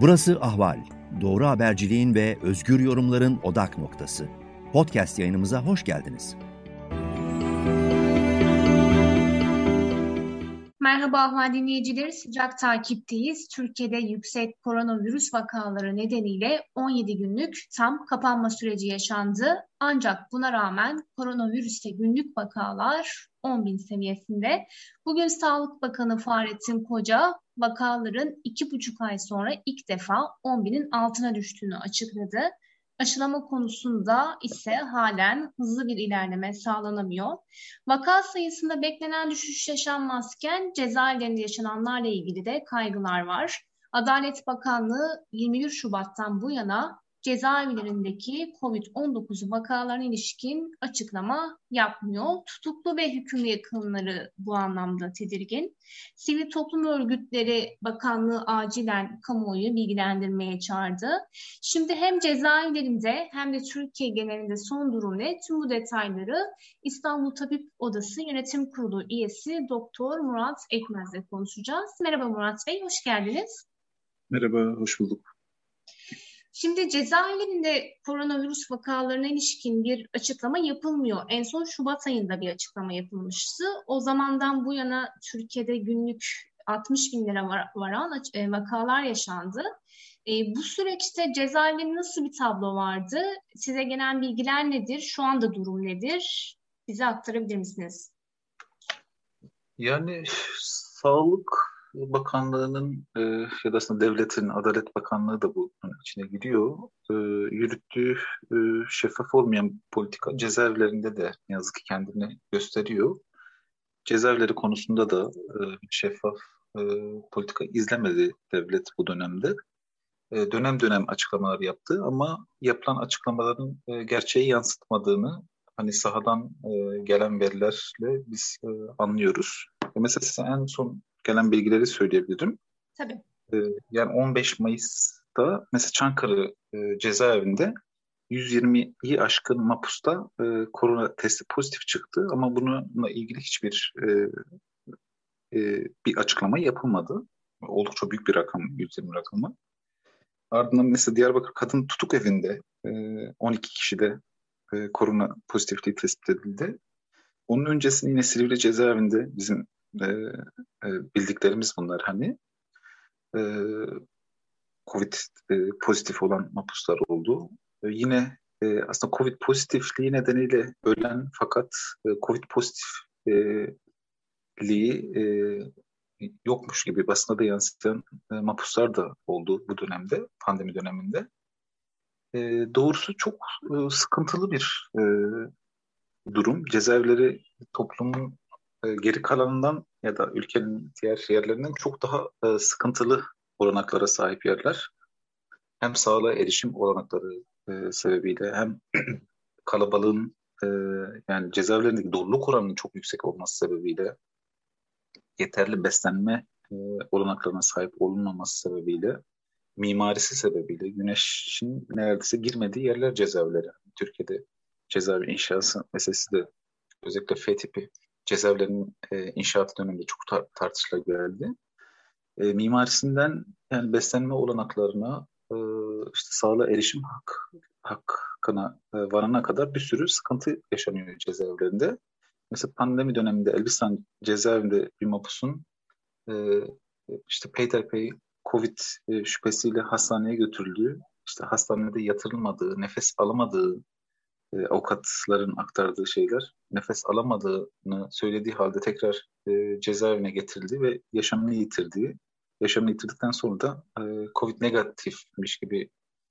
Burası Ahval. Doğru haberciliğin ve özgür yorumların odak noktası. Podcast yayınımıza hoş geldiniz. Merhaba Ahval dinleyicileri, sıcak takipteyiz. Türkiye'de yüksek koronavirüs vakaları nedeniyle 17 günlük tam kapanma süreci yaşandı. Ancak buna rağmen koronavirüste günlük vakalar 10.000 seviyesinde. Bugün Sağlık Bakanı Fahrettin Koca vakaların 2,5 ay sonra ilk defa 10.000'in altına düştüğünü açıkladı. Aşılama konusunda ise halen hızlı bir ilerleme sağlanamıyor. Vaka sayısında beklenen düşüş yaşanmazken cezaevlerinde yaşananlarla ilgili de kaygılar var. Adalet Bakanlığı 21 Şubat'tan bu yana cezaevlerindeki COVID-19 vakalarına ilişkin açıklama yapmıyor. Tutuklu ve hükümlü yakınları bu anlamda tedirgin. Sivil toplum örgütleri bakanlığı acilen kamuoyu bilgilendirmeye çağırdı. Şimdi hem cezaevlerinde hem de Türkiye genelinde son durum ne? Tüm bu detayları İstanbul Tabip Odası Yönetim Kurulu üyesi Doktor Murat Ekmez'le konuşacağız. Merhaba Murat Bey, hoş geldiniz. Merhaba, hoş bulduk. Şimdi cezaevlerinde koronavirüs vakalarına ilişkin bir açıklama yapılmıyor. En son Şubat ayında bir açıklama yapılmıştı. O zamandan bu yana Türkiye'de günlük 60 bin lira varan vakalar yaşandı. Bu süreçte cezaevlerinde nasıl bir tablo vardı? Size gelen bilgiler nedir? Şu anda durum nedir? Bize aktarabilir misiniz? Yani Sağlık Bakanlığı'nın ya da aslında devletin, Adalet Bakanlığı da bunun içine giriyor. Yürüttüğü şeffaf olmayan politika cezaevlerinde de ne yazık ki kendini gösteriyor. Cezaevleri konusunda da şeffaf politika izlemedi devlet bu dönemde. Dönem dönem açıklamalar yaptı ama yapılan açıklamaların gerçeği yansıtmadığını hani sahadan gelen verilerle biz anlıyoruz. Mesela size en son gelen bilgileri söyleyebilirim. Tabii. Yani 15 Mayıs'ta mesela Çankırı cezaevinde 120'yi aşkın mahpusta korona testi pozitif çıktı ama bununla ilgili hiçbir bir açıklama yapılmadı. Oldukça büyük bir rakam, 120 rakamı. Ardından mesela Diyarbakır Kadın Tutuk Evi'nde 12 kişide korona pozitifliği tespit edildi. Onun öncesinde yine Silivri cezaevinde bizim bildiklerimiz bunlar hani Covid pozitif olan mahpuslar oldu. Yine aslında Covid pozitifliği nedeniyle ölen fakat Covid pozitifliği yokmuş gibi basına da yansıtan mahpuslar da oldu bu dönemde, pandemi döneminde. Doğrusu çok sıkıntılı bir durum. Cezaevleri toplumun geri kalanından ya da ülkenin diğer yerlerinden çok daha sıkıntılı olanaklara sahip yerler. Hem sağlığa erişim olanakları sebebiyle hem kalabalığın yani cezaevlerindeki doluluk oranının çok yüksek olması sebebiyle yeterli beslenme olanaklarına sahip olunmaması sebebiyle mimarisi sebebiyle güneşin neredeyse girmediği yerler cezaevleri. Türkiye'de cezaevi inşası meselesi de özellikle F tipi cezaevlerinin inşaatı döneminde çok tartışıla geldi. Mimarisinden yani beslenme olanaklarına işte sağlığa erişim hakkına varana kadar bir sürü sıkıntı yaşanıyor cezaevlerinde. Mesela pandemi döneminde Elbistan cezaevinde bir mahpusun işte peyderpey Covid şüphesiyle hastaneye götürüldüğü, işte hastanede yatırılmadığı, nefes alamadığı, avukatların aktardığı şeyler, nefes alamadığını söylediği halde tekrar cezaevine getirildi ve yaşamını yitirdiği, yaşamını yitirdikten sonra da Covid negatifmiş gibi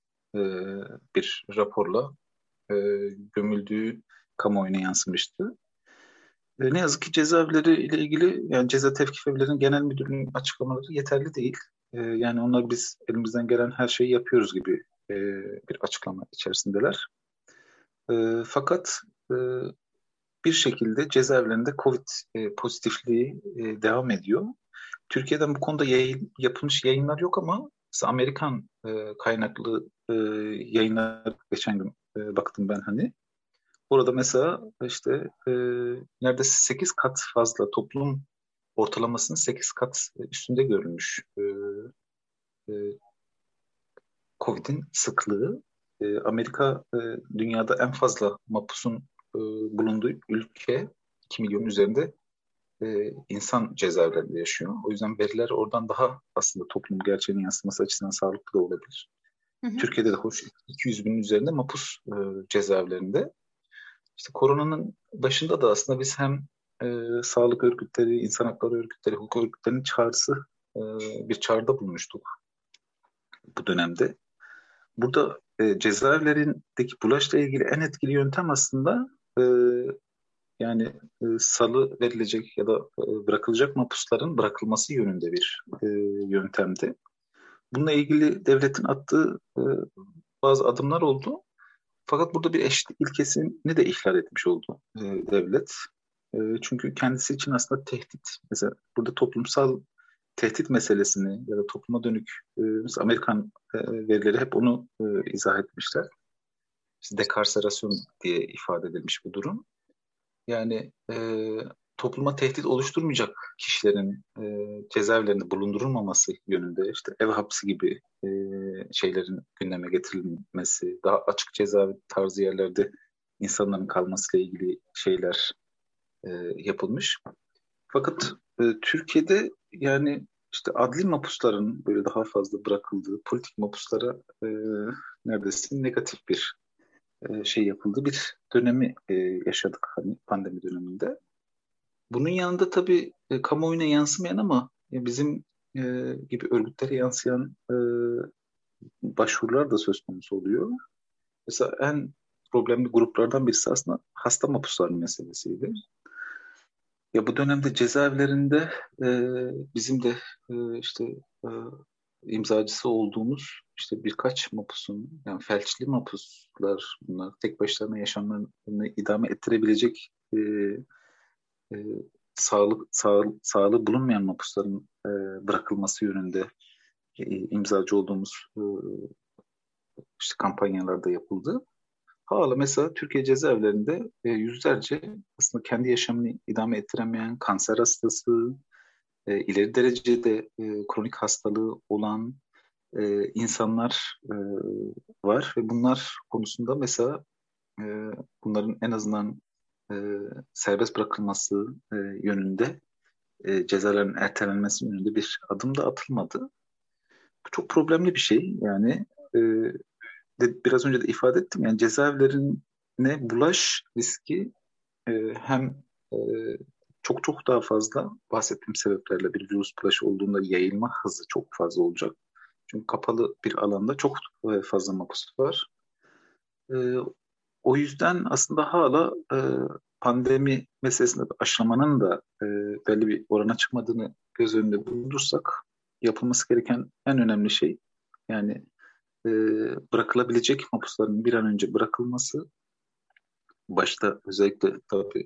bir raporla gömüldüğü kamuoyuna yansımıştı. Ne yazık ki cezaevleri ile ilgili yani Ceza Tevkif Evleri'nin genel müdürlüğünün açıklamaları yeterli değil. Yani onlar biz elimizden gelen her şeyi yapıyoruz gibi bir açıklama içerisindeler. Fakat bir şekilde cezaevlerinde Covid pozitifliği devam ediyor. Türkiye'den bu konuda yapılmış yayınlar yok ama mesela Amerikan kaynaklı yayınlar geçen gün baktım ben hani. Burada mesela işte neredeyse 8 kat fazla toplum ortalamasının 8 kat üstünde görülmüş Covid'in sıklığı. Amerika dünyada en fazla mapusun bulunduğu ülke, 2 milyon üzerinde insan cezaevlerinde yaşıyor. O yüzden veriler oradan daha aslında toplum gerçeğinin yansıması açısından sağlıklı da olabilir. Hı hı. Türkiye'de de hoş 200 binin üzerinde mapus cezaevlerinde. İşte koronanın başında da aslında biz hem sağlık örgütleri, insan hakları örgütleri, hukuk örgütlerinin çağrısı bir çağrıda bulmuştuk bu dönemde. Burada cezaevlerindeki bulaşla ilgili en etkili yöntem aslında yani salı verilecek ya da bırakılacak mahpusların bırakılması yönünde bir yöntemdi. Bununla ilgili devletin attığı bazı adımlar oldu. Fakat burada bir eşitlik ilkesini de ihlal etmiş oldu devlet. Çünkü kendisi için aslında tehdit. Mesela burada toplumsal tehdit meselesini ya da topluma dönük mesela Amerikan verileri hep onu izah etmişler. İşte dekarserasyon diye ifade edilmiş bu durum. Yani topluma tehdit oluşturmayacak kişilerin cezaevlerinde bulundurulmaması yönünde işte ev hapsi gibi şeylerin gündeme getirilmesi, daha açık cezaevi tarzı yerlerde insanların kalmasıyla ilgili şeyler yapılmış. Fakat Türkiye'de yani işte adli mahpusların böyle daha fazla bırakıldığı, politik mahpuslara neredeyse negatif bir şey yapıldığı bir dönemi yaşadık hani pandemi döneminde. Bunun yanında tabii kamuoyuna yansımayan ama bizim gibi örgütlere yansıyan başvurular da söz konusu oluyor. Mesela en problemli gruplardan birisi aslında hasta mahpusların meselesiydi. Ya bu dönemde cezaevlerinde e, bizim de işte e, imzacısı olduğumuz işte birkaç mapusun yani felçli mapuslar bunlar tek başlarına yaşamlarını idame ettirebilecek e, sağlığı bulunmayan mapusların bırakılması yönünde imzacı olduğumuz işte kampanyalarda yapıldı. Hala mesela Türkiye cezaevlerinde yüzlerce aslında kendi yaşamını idame ettiremeyen kanser hastası, ileri derecede kronik hastalığı olan insanlar var ve bunlar konusunda mesela e, bunların en azından e, serbest bırakılması yönünde cezaların ertelenmesi yönünde bir adım da atılmadı. Bu çok problemli bir şey. Yani e, biraz önce de ifade ettim. Yani cezaevlerine bulaş riski hem e, çok çok daha fazla bahsettiğim sebeplerle bir virüs bulaşı olduğunda yayılma hızı çok fazla olacak. Çünkü kapalı bir alanda çok fazla mahpus var. E, O yüzden aslında hala pandemi meselesinde aşılamanın da belli bir orana çıkmadığını göz önünde bulundursak yapılması gereken en önemli şey yani e, bırakılabilecek mahpusların bir an önce bırakılması başta özellikle tabii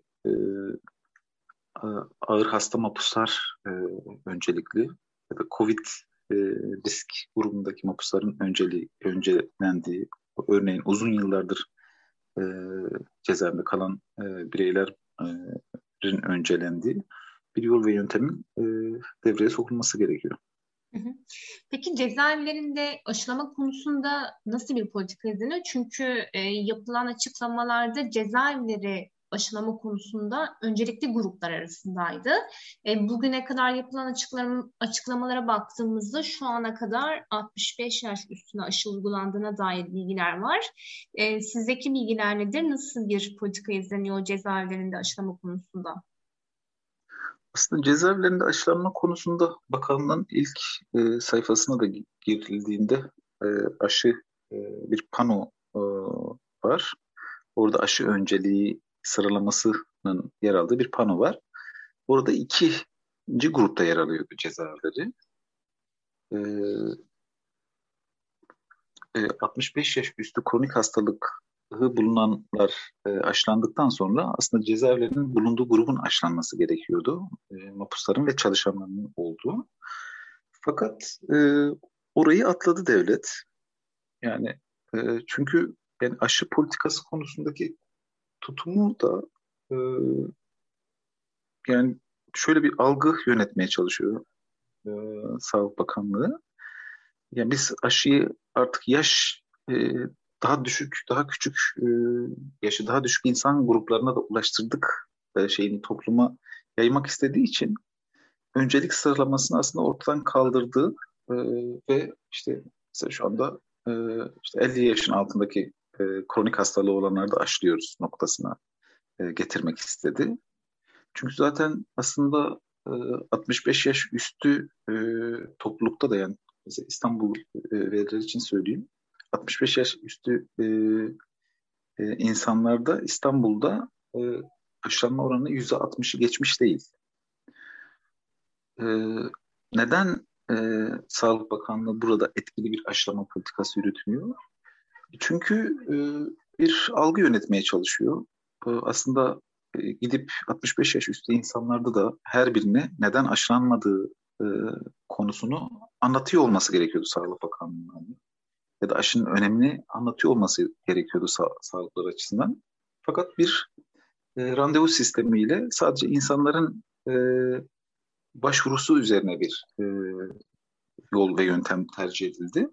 ağır hasta mahpuslar öncelikli ya da Covid e, risk grubundaki mahpusların öncelendiği örneğin uzun yıllardır e, cezaevinde kalan bireylerin öncelendiği bir yol ve yöntemin devreye sokulması gerekiyor. Hı hı. Peki cezaevlerinde aşılama konusunda nasıl bir politika izleniyor? Çünkü yapılan açıklamalarda cezaevleri aşılama konusunda öncelikli gruplar arasındaydı. Bugüne kadar yapılan açıklamalara baktığımızda şu ana kadar 65 yaş üstüne aşı uygulandığına dair bilgiler var. Sizdeki bilgiler nedir? Nasıl bir politika izleniyor cezaevlerinde aşılama konusunda? Aslında cezaevlerinde aşılanma konusunda bakanlığın ilk sayfasına da girildiğinde e, aşı bir pano var. Orada aşı önceliği sıralamasının yer aldığı bir pano var. Orada ikinci grupta yer alıyor bu cezaevleri. E, 65 yaş üstü kronik hastalık bulunanlar aşılandıktan sonra aslında cezaevlerinin bulunduğu grubun aşılanması gerekiyordu. Mahpusların ve çalışanların olduğu. Fakat orayı atladı devlet. Yani çünkü yani aşı politikası konusundaki tutumu da e, yani şöyle bir algı yönetmeye çalışıyor e, Sağlık Bakanlığı. Yani biz aşıyı artık yaş daha düşük, daha küçük, yaşı daha düşük insan gruplarına da ulaştırdık şeyini topluma yaymak istediği için öncelik sıralamasını aslında ortadan kaldırdı e, ve işte mesela şu anda e, işte 50 yaşın altındaki kronik hastalığı olanları da aşılıyoruz noktasına getirmek istedi. Çünkü zaten aslında e, 65 yaş üstü toplulukta da yani mesela İstanbul verileri için söyleyeyim. 65 yaş üstü insanlarda İstanbul'da aşılanma oranı %60'ı geçmiş değil. E, neden Sağlık Bakanlığı burada etkili bir aşılama politikası yürütmüyor? Çünkü bir algı yönetmeye çalışıyor. Aslında gidip 65 yaş üstü insanlarda da her birine neden aşılanmadığı e, konusunu anlatıyor olması gerekiyordu Sağlık Bakanlığı'nın. Ya da aşının önemini anlatıyor olması gerekiyordu sağlıkları açısından. Fakat bir randevu sistemiyle sadece insanların başvurusu üzerine bir yol ve yöntem tercih edildi.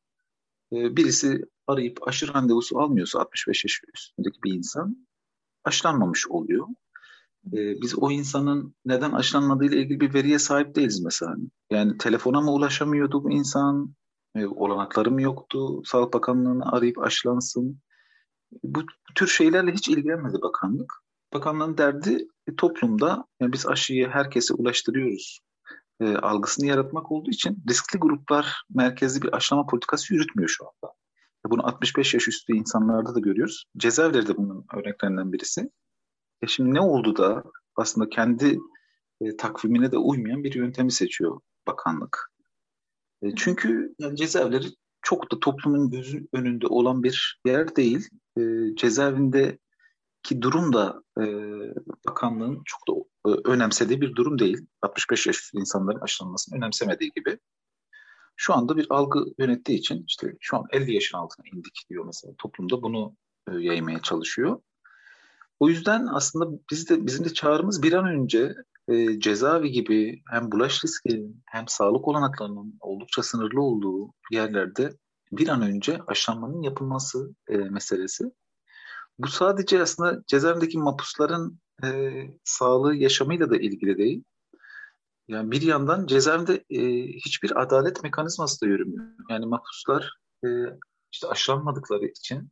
Birisi arayıp aşı randevusu almıyorsa 65 yaş üstündeki bir insan aşılanmamış oluyor. Biz o insanın neden aşılanmadığı ile ilgili bir veriye sahip değiliz mesela. Yani telefona mı ulaşamıyordu bu insan? Olanakları mı yoktu? Sağlık Bakanlığı'nı arayıp aşılansın. Bu tür şeylerle hiç ilgilenmedi bakanlık. Bakanlığın derdi toplumda yani biz aşıyı herkese ulaştırıyoruz algısını yaratmak olduğu için riskli gruplar merkezli bir aşılama politikası yürütmüyor şu anda. Bunu 65 yaş üstü insanlarda da görüyoruz. Cezaevleri de bunun örneklerinden birisi. Şimdi ne oldu da aslında kendi takvimine de uymayan bir yöntemi seçiyor bakanlık. Çünkü yani cezaevleri çok da toplumun gözü önünde olan bir yer değil. Cezaevindeki durum da bakanlığın çok da önemsediği bir durum değil. 65 yaş üstü insanların aşılanmasını önemsemediği gibi. Şu anda bir algı yönettiği için işte şu an 50 yaşın altına indik diyor mesela. Toplumda bunu yaymaya çalışıyor. O yüzden aslında bizim de çağrımız bir an önce cezaevi gibi hem bulaş riskinin hem sağlık olanaklarının oldukça sınırlı olduğu yerlerde bir an önce aşılanmanın yapılması meselesi. Bu sadece aslında cezaevindeki mahpusların sağlığı yaşamıyla da ilgili değil. Yani bir yandan cezaevinde hiçbir adalet mekanizması da yürümüyor. Yani mahpuslar e, işte aşılanmadıkları için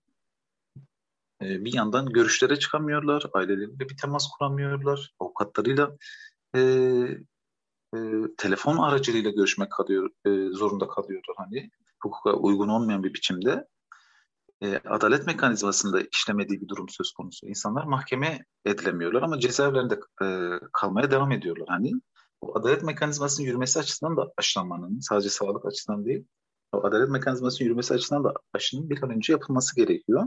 bir yandan görüşlere çıkamıyorlar, aileleriyle bir temas kuramıyorlar, avukatlarıyla e, e, telefon aracılığıyla görüşmek zorunda kalıyorlar. Hani hukuka uygun olmayan bir biçimde adalet mekanizmasında işlemediği bir durum söz konusu. İnsanlar mahkeme edilemiyorlar ama cezaevlerinde kalmaya devam ediyorlar. Hani o adalet mekanizmasının yürümesi açısından da aşılanmanın sadece sağlık açısından değil, o adalet mekanizmasının yürümesi açısından da aşının bir an önce yapılması gerekiyor.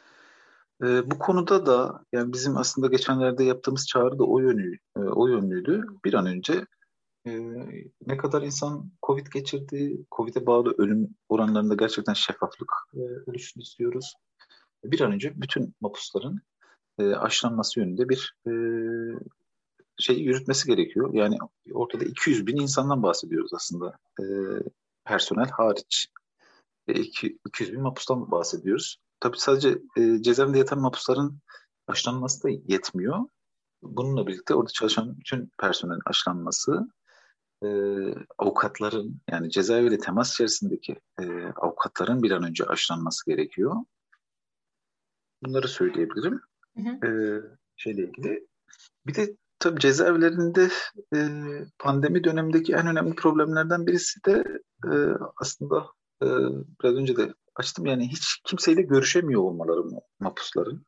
Bu konuda da yani bizim aslında geçenlerde yaptığımız çağrı da o yönlüydü. Bir an önce e, ne kadar insan Covid geçirdi, Covid'e bağlı ölüm oranlarında gerçekten şeffaflık oluşunu istiyoruz. Bir an önce bütün mahpusların aşılanması yönünde bir şey yürütmesi gerekiyor. Yani ortada 200 bin insandan bahsediyoruz aslında. Personel hariç. 200 bin mahpustan bahsediyoruz. Tabii sadece cezaevinde yatan mahpusların aşılanması da yetmiyor. Bununla birlikte orada çalışan bütün personelin aşılanması, e, avukatların yani cezaeviyle temas içerisindeki avukatların bir an önce aşılanması gerekiyor. Bunları söyleyebilirim. Hı hı. E, şeyle ilgili. Bir de tabii cezaevlerinde pandemi dönemindeki en önemli problemlerden birisi de e, aslında e, biraz önce de açtım yani hiç kimseyle görüşemiyor olmaları mahpusların.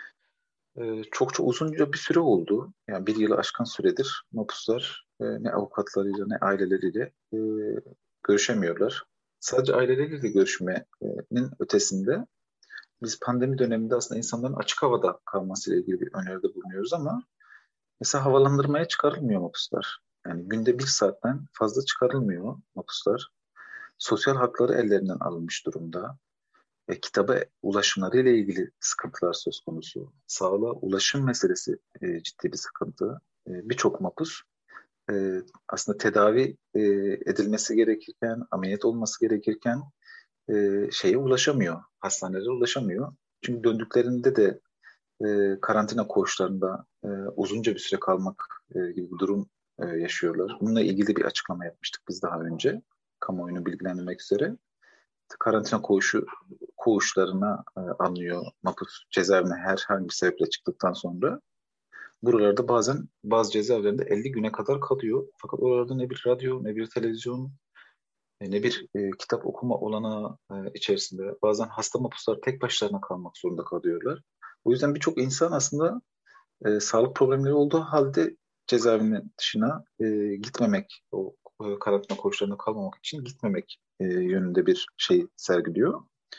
Çok çok uzunca bir süre oldu. Yani bir yılı aşkın süredir mahpuslar ne avukatlarıyla ne aileleriyle görüşemiyorlar. Sadece aileleriyle görüşmenin ötesinde biz pandemi döneminde aslında insanların açık havada kalmasıyla ilgili bir öneride bulunuyoruz ama mesela havalandırmaya çıkarılmıyor mahpuslar. Yani günde 1 saatten fazla çıkarılmıyor mahpuslar. Sosyal hakları ellerinden alınmış durumda. Kitaba ulaşımları ile ilgili sıkıntılar söz konusu. Sağlığa ulaşım meselesi ciddi bir sıkıntı. Birçok mahpus aslında tedavi edilmesi gerekirken, ameliyat olması gerekirken şeye ulaşamıyor, hastanelere ulaşamıyor. Çünkü döndüklerinde de karantina koğuşlarında uzunca bir süre kalmak gibi bir durum yaşıyorlar. Bununla ilgili bir açıklama yapmıştık biz daha önce, kamuoyunu bilgilendirmek üzere. Karantina koğuşlarına alınıyor mahpus cezaevine herhangi bir sebeple çıktıktan sonra. Buralarda bazen bazı cezaevlerinde 50 güne kadar kalıyor. Fakat oralarda ne bir radyo, ne bir televizyon, ne bir kitap okuma olanağı içerisinde. Bazen hasta mahpuslar tek başlarına kalmak zorunda kalıyorlar. O yüzden birçok insan aslında sağlık problemleri olduğu halde cezaevinin dışına gitmemek, o karantina koğuşlarında kalmamak için gitmemek yönünde bir şey sergiliyor.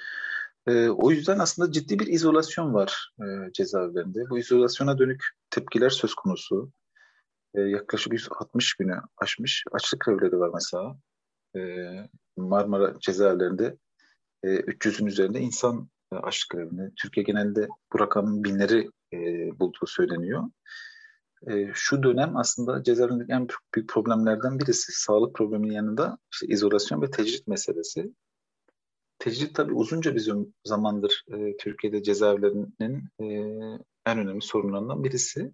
O yüzden aslında ciddi bir izolasyon var cezaevlerinde. Bu izolasyona dönük tepkiler söz konusu. Yaklaşık 160 günü aşmış açlık grevleri var mesela. Marmara cezaevlerinde 300'ün üzerinde insan açlık grevinde. Türkiye genelinde bu rakamın binleri bulduğu söyleniyor. Şu dönem aslında cezaevindeki en büyük problemlerden birisi sağlık probleminin yanında işte izolasyon ve tecrit meselesi. Tecrit tabii uzunca bir zamandır Türkiye'de cezaevlerinin en önemli sorunlarından birisi.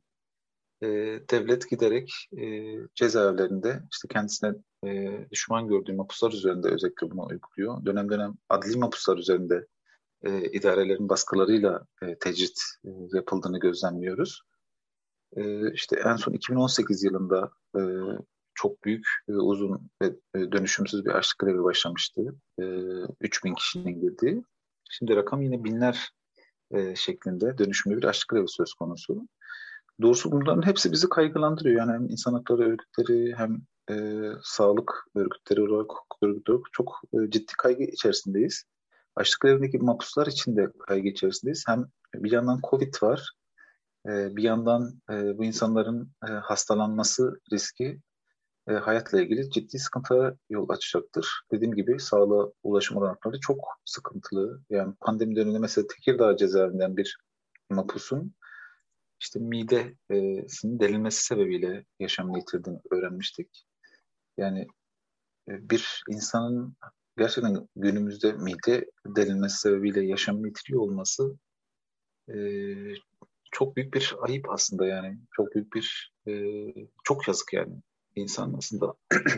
Devlet giderek cezaevlerinde işte kendisine düşman gördüğü mahpuslar üzerinde özellikle bunu uyguluyor. Dönem dönem adli mahpuslar üzerinde idarelerin baskılarıyla tecrit yapıldığını gözlemliyoruz. İşte en son 2018 yılında çok büyük, uzun ve dönüşümsüz bir açlık grevi başlamıştı. 3000 kişinin girdiği. Şimdi rakam yine binler şeklinde dönüşümlü bir açlık grevi söz konusu. Doğrusu bunların hepsi bizi kaygılandırıyor. Yani hem insan hakları örgütleri hem sağlık örgütleri olarak, hukuk örgütleri olarak çok ciddi kaygı içerisindeyiz. Açlık grevindeki mahpuslar için de kaygı içerisindeyiz. Hem bir yandan Covid var, bir yandan bu insanların hastalanması riski hayatla ilgili ciddi sıkıntıya yol açacaktır. Dediğim gibi sağlığa ulaşım olanakları çok sıkıntılı. Yani pandemi döneminde mesela Tekirdağ cezaevinden bir mahpusun işte midesinin delinmesi sebebiyle yaşamını yitirdiğini öğrenmiştik. Yani bir insanın gerçekten günümüzde mide delinmesi sebebiyle yaşamını yitiriyor olması e, çok büyük bir ayıp aslında yani. Çok büyük bir çok yazık yani. İnsan aslında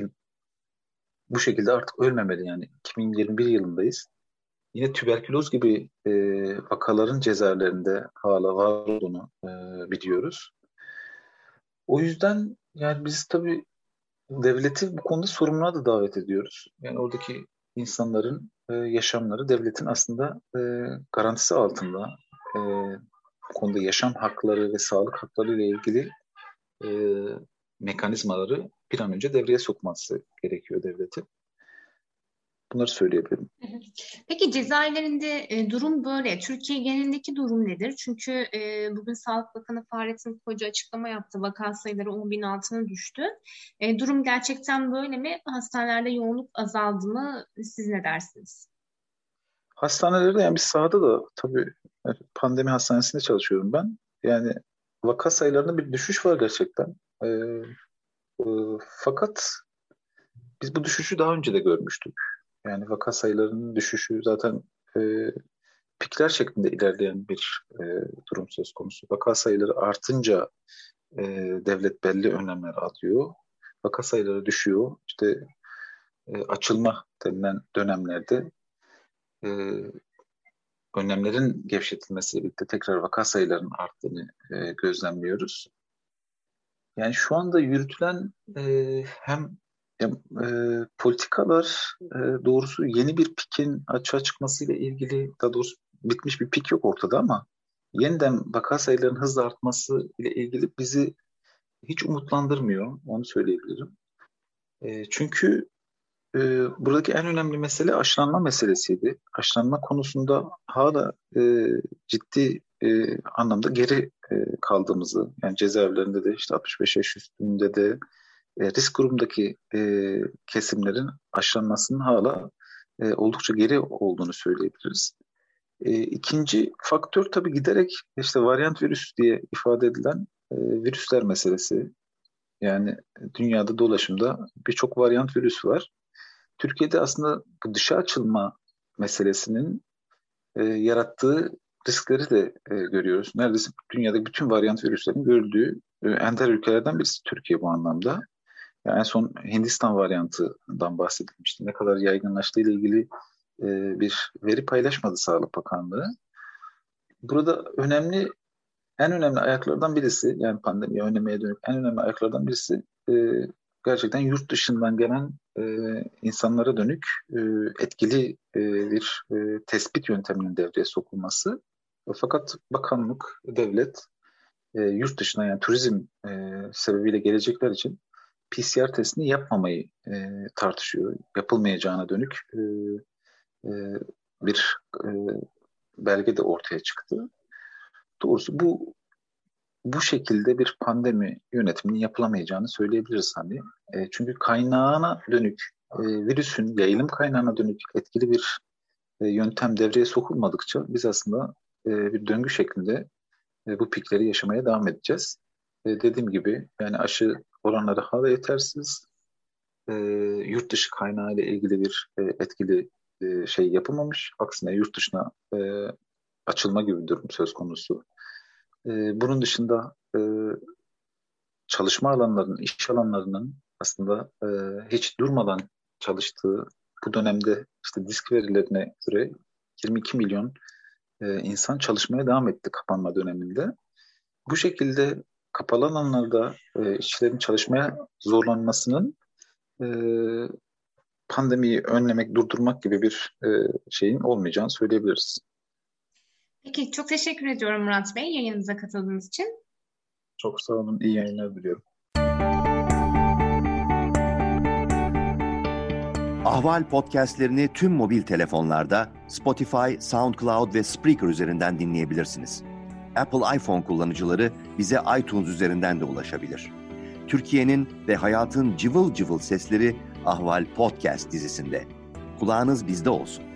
bu şekilde artık ölmemeli yani. 2021 yılındayız. Yine tüberküloz gibi vakaların cezaevlerinde hala var olduğunu biliyoruz. O yüzden yani biz tabii devleti bu konuda sorumluluğa da davet ediyoruz. Yani oradaki insanların yaşamları devletin aslında garantisi altında. Bu konuda yaşam hakları ve sağlık hakları ile ilgili e, mekanizmaları bir an önce devreye sokması gerekiyor devletin. Bunları söyleyebilirim. Peki cezaevlerinde durum böyle. Türkiye genelindeki durum nedir? Çünkü bugün Sağlık Bakanı Fahrettin Koca açıklama yaptı. Vaka sayıları 10.000 altına düştü. Durum gerçekten böyle mi? Hastanelerde yoğunluk azaldı mı? Siz ne dersiniz? Hastanelerde yani biz sahada da tabii pandemi hastanesinde çalışıyorum ben. Yani vaka sayılarında bir düşüş var gerçekten. E, e, fakat biz bu düşüşü daha önce de görmüştük. Yani vaka sayılarının düşüşü zaten e, pikler şeklinde ilerleyen bir durum söz konusu. Vaka sayıları artınca e, devlet belli önlemler alıyor. Vaka sayıları düşüyor. İşte açılma denilen dönemlerde e, önlemlerin gevşetilmesiyle birlikte tekrar vaka sayılarının arttığını gözlemliyoruz. Yani şu anda yürütülen hem politikalar doğrusu yeni bir pikin açığa çıkmasıyla ilgili, daha doğrusu bitmiş bir pik yok ortada ama yeniden vaka sayılarının hızla artması ile ilgili bizi hiç umutlandırmıyor, onu söyleyebilirim. Çünkü buradaki en önemli mesele aşılanma meselesiydi. Aşılanma konusunda hala ciddi anlamda geri kaldığımızı, yani cezaevlerinde de işte 65 yaş üstünde de risk grubundaki kesimlerin aşılanmasının hala oldukça geri olduğunu söyleyebiliriz. İkinci faktör tabii giderek işte varyant virüs diye ifade edilen virüsler meselesi. Yani dünyada dolaşımda birçok varyant virüs var. Türkiye'de aslında bu dışa açılma meselesinin yarattığı riskleri de görüyoruz. Neredeyse dünyadaki bütün varyant virüslerin görüldüğü ender ülkelerden birisi Türkiye bu anlamda. Yani en son Hindistan varyantından bahsedilmişti. Ne kadar yaygınlaştığı ile ilgili bir veri paylaşmadı Sağlık Bakanlığı. Burada en önemli ayaklardan birisi, yani pandemiyi önlemeye dönük en önemli ayaklardan birisi gerçekten yurt dışından gelen insanlara dönük etkili bir tespit yönteminin devreye sokulması. Fakat bakanlık, devlet yurt dışına, yani turizm sebebiyle gelecekler için PCR testini yapmamayı tartışıyor. Yapılmayacağına dönük bir belge de ortaya çıktı. Doğrusu bu şekilde bir pandemi yönetiminin yapılamayacağını söyleyebiliriz hani. Çünkü kaynağına dönük, virüsün yayılım kaynağına dönük etkili bir yöntem devreye sokulmadıkça biz aslında bir döngü şeklinde bu pikleri yaşamaya devam edeceğiz. Dediğim gibi yani aşı oranları hala yetersiz. Yurt dışı kaynağı ile ilgili bir etkili şey yapılmamış. Aksine yurt dışına açılma gibi bir durum söz konusu. Bunun dışında çalışma alanlarının, iş alanlarının aslında hiç durmadan çalıştığı bu dönemde işte disk verilerine göre 22 milyon insan çalışmaya devam etti kapanma döneminde. Bu şekilde kapalı alanlarda işçilerin çalışmaya zorlanmasının pandemiyi önlemek, durdurmak gibi bir şeyin olmayacağını söyleyebiliriz. Peki, çok teşekkür ediyorum Murat Bey yayınımıza katıldığınız için. Çok sağ olun, iyi yayınlar diliyorum. Ahval podcastlerini tüm mobil telefonlarda Spotify, SoundCloud ve Spreaker üzerinden dinleyebilirsiniz. Apple iPhone kullanıcıları bize iTunes üzerinden de ulaşabilir. Türkiye'nin ve hayatın cıvıl cıvıl sesleri Ahval Podcast dizisinde. Kulağınız bizde olsun.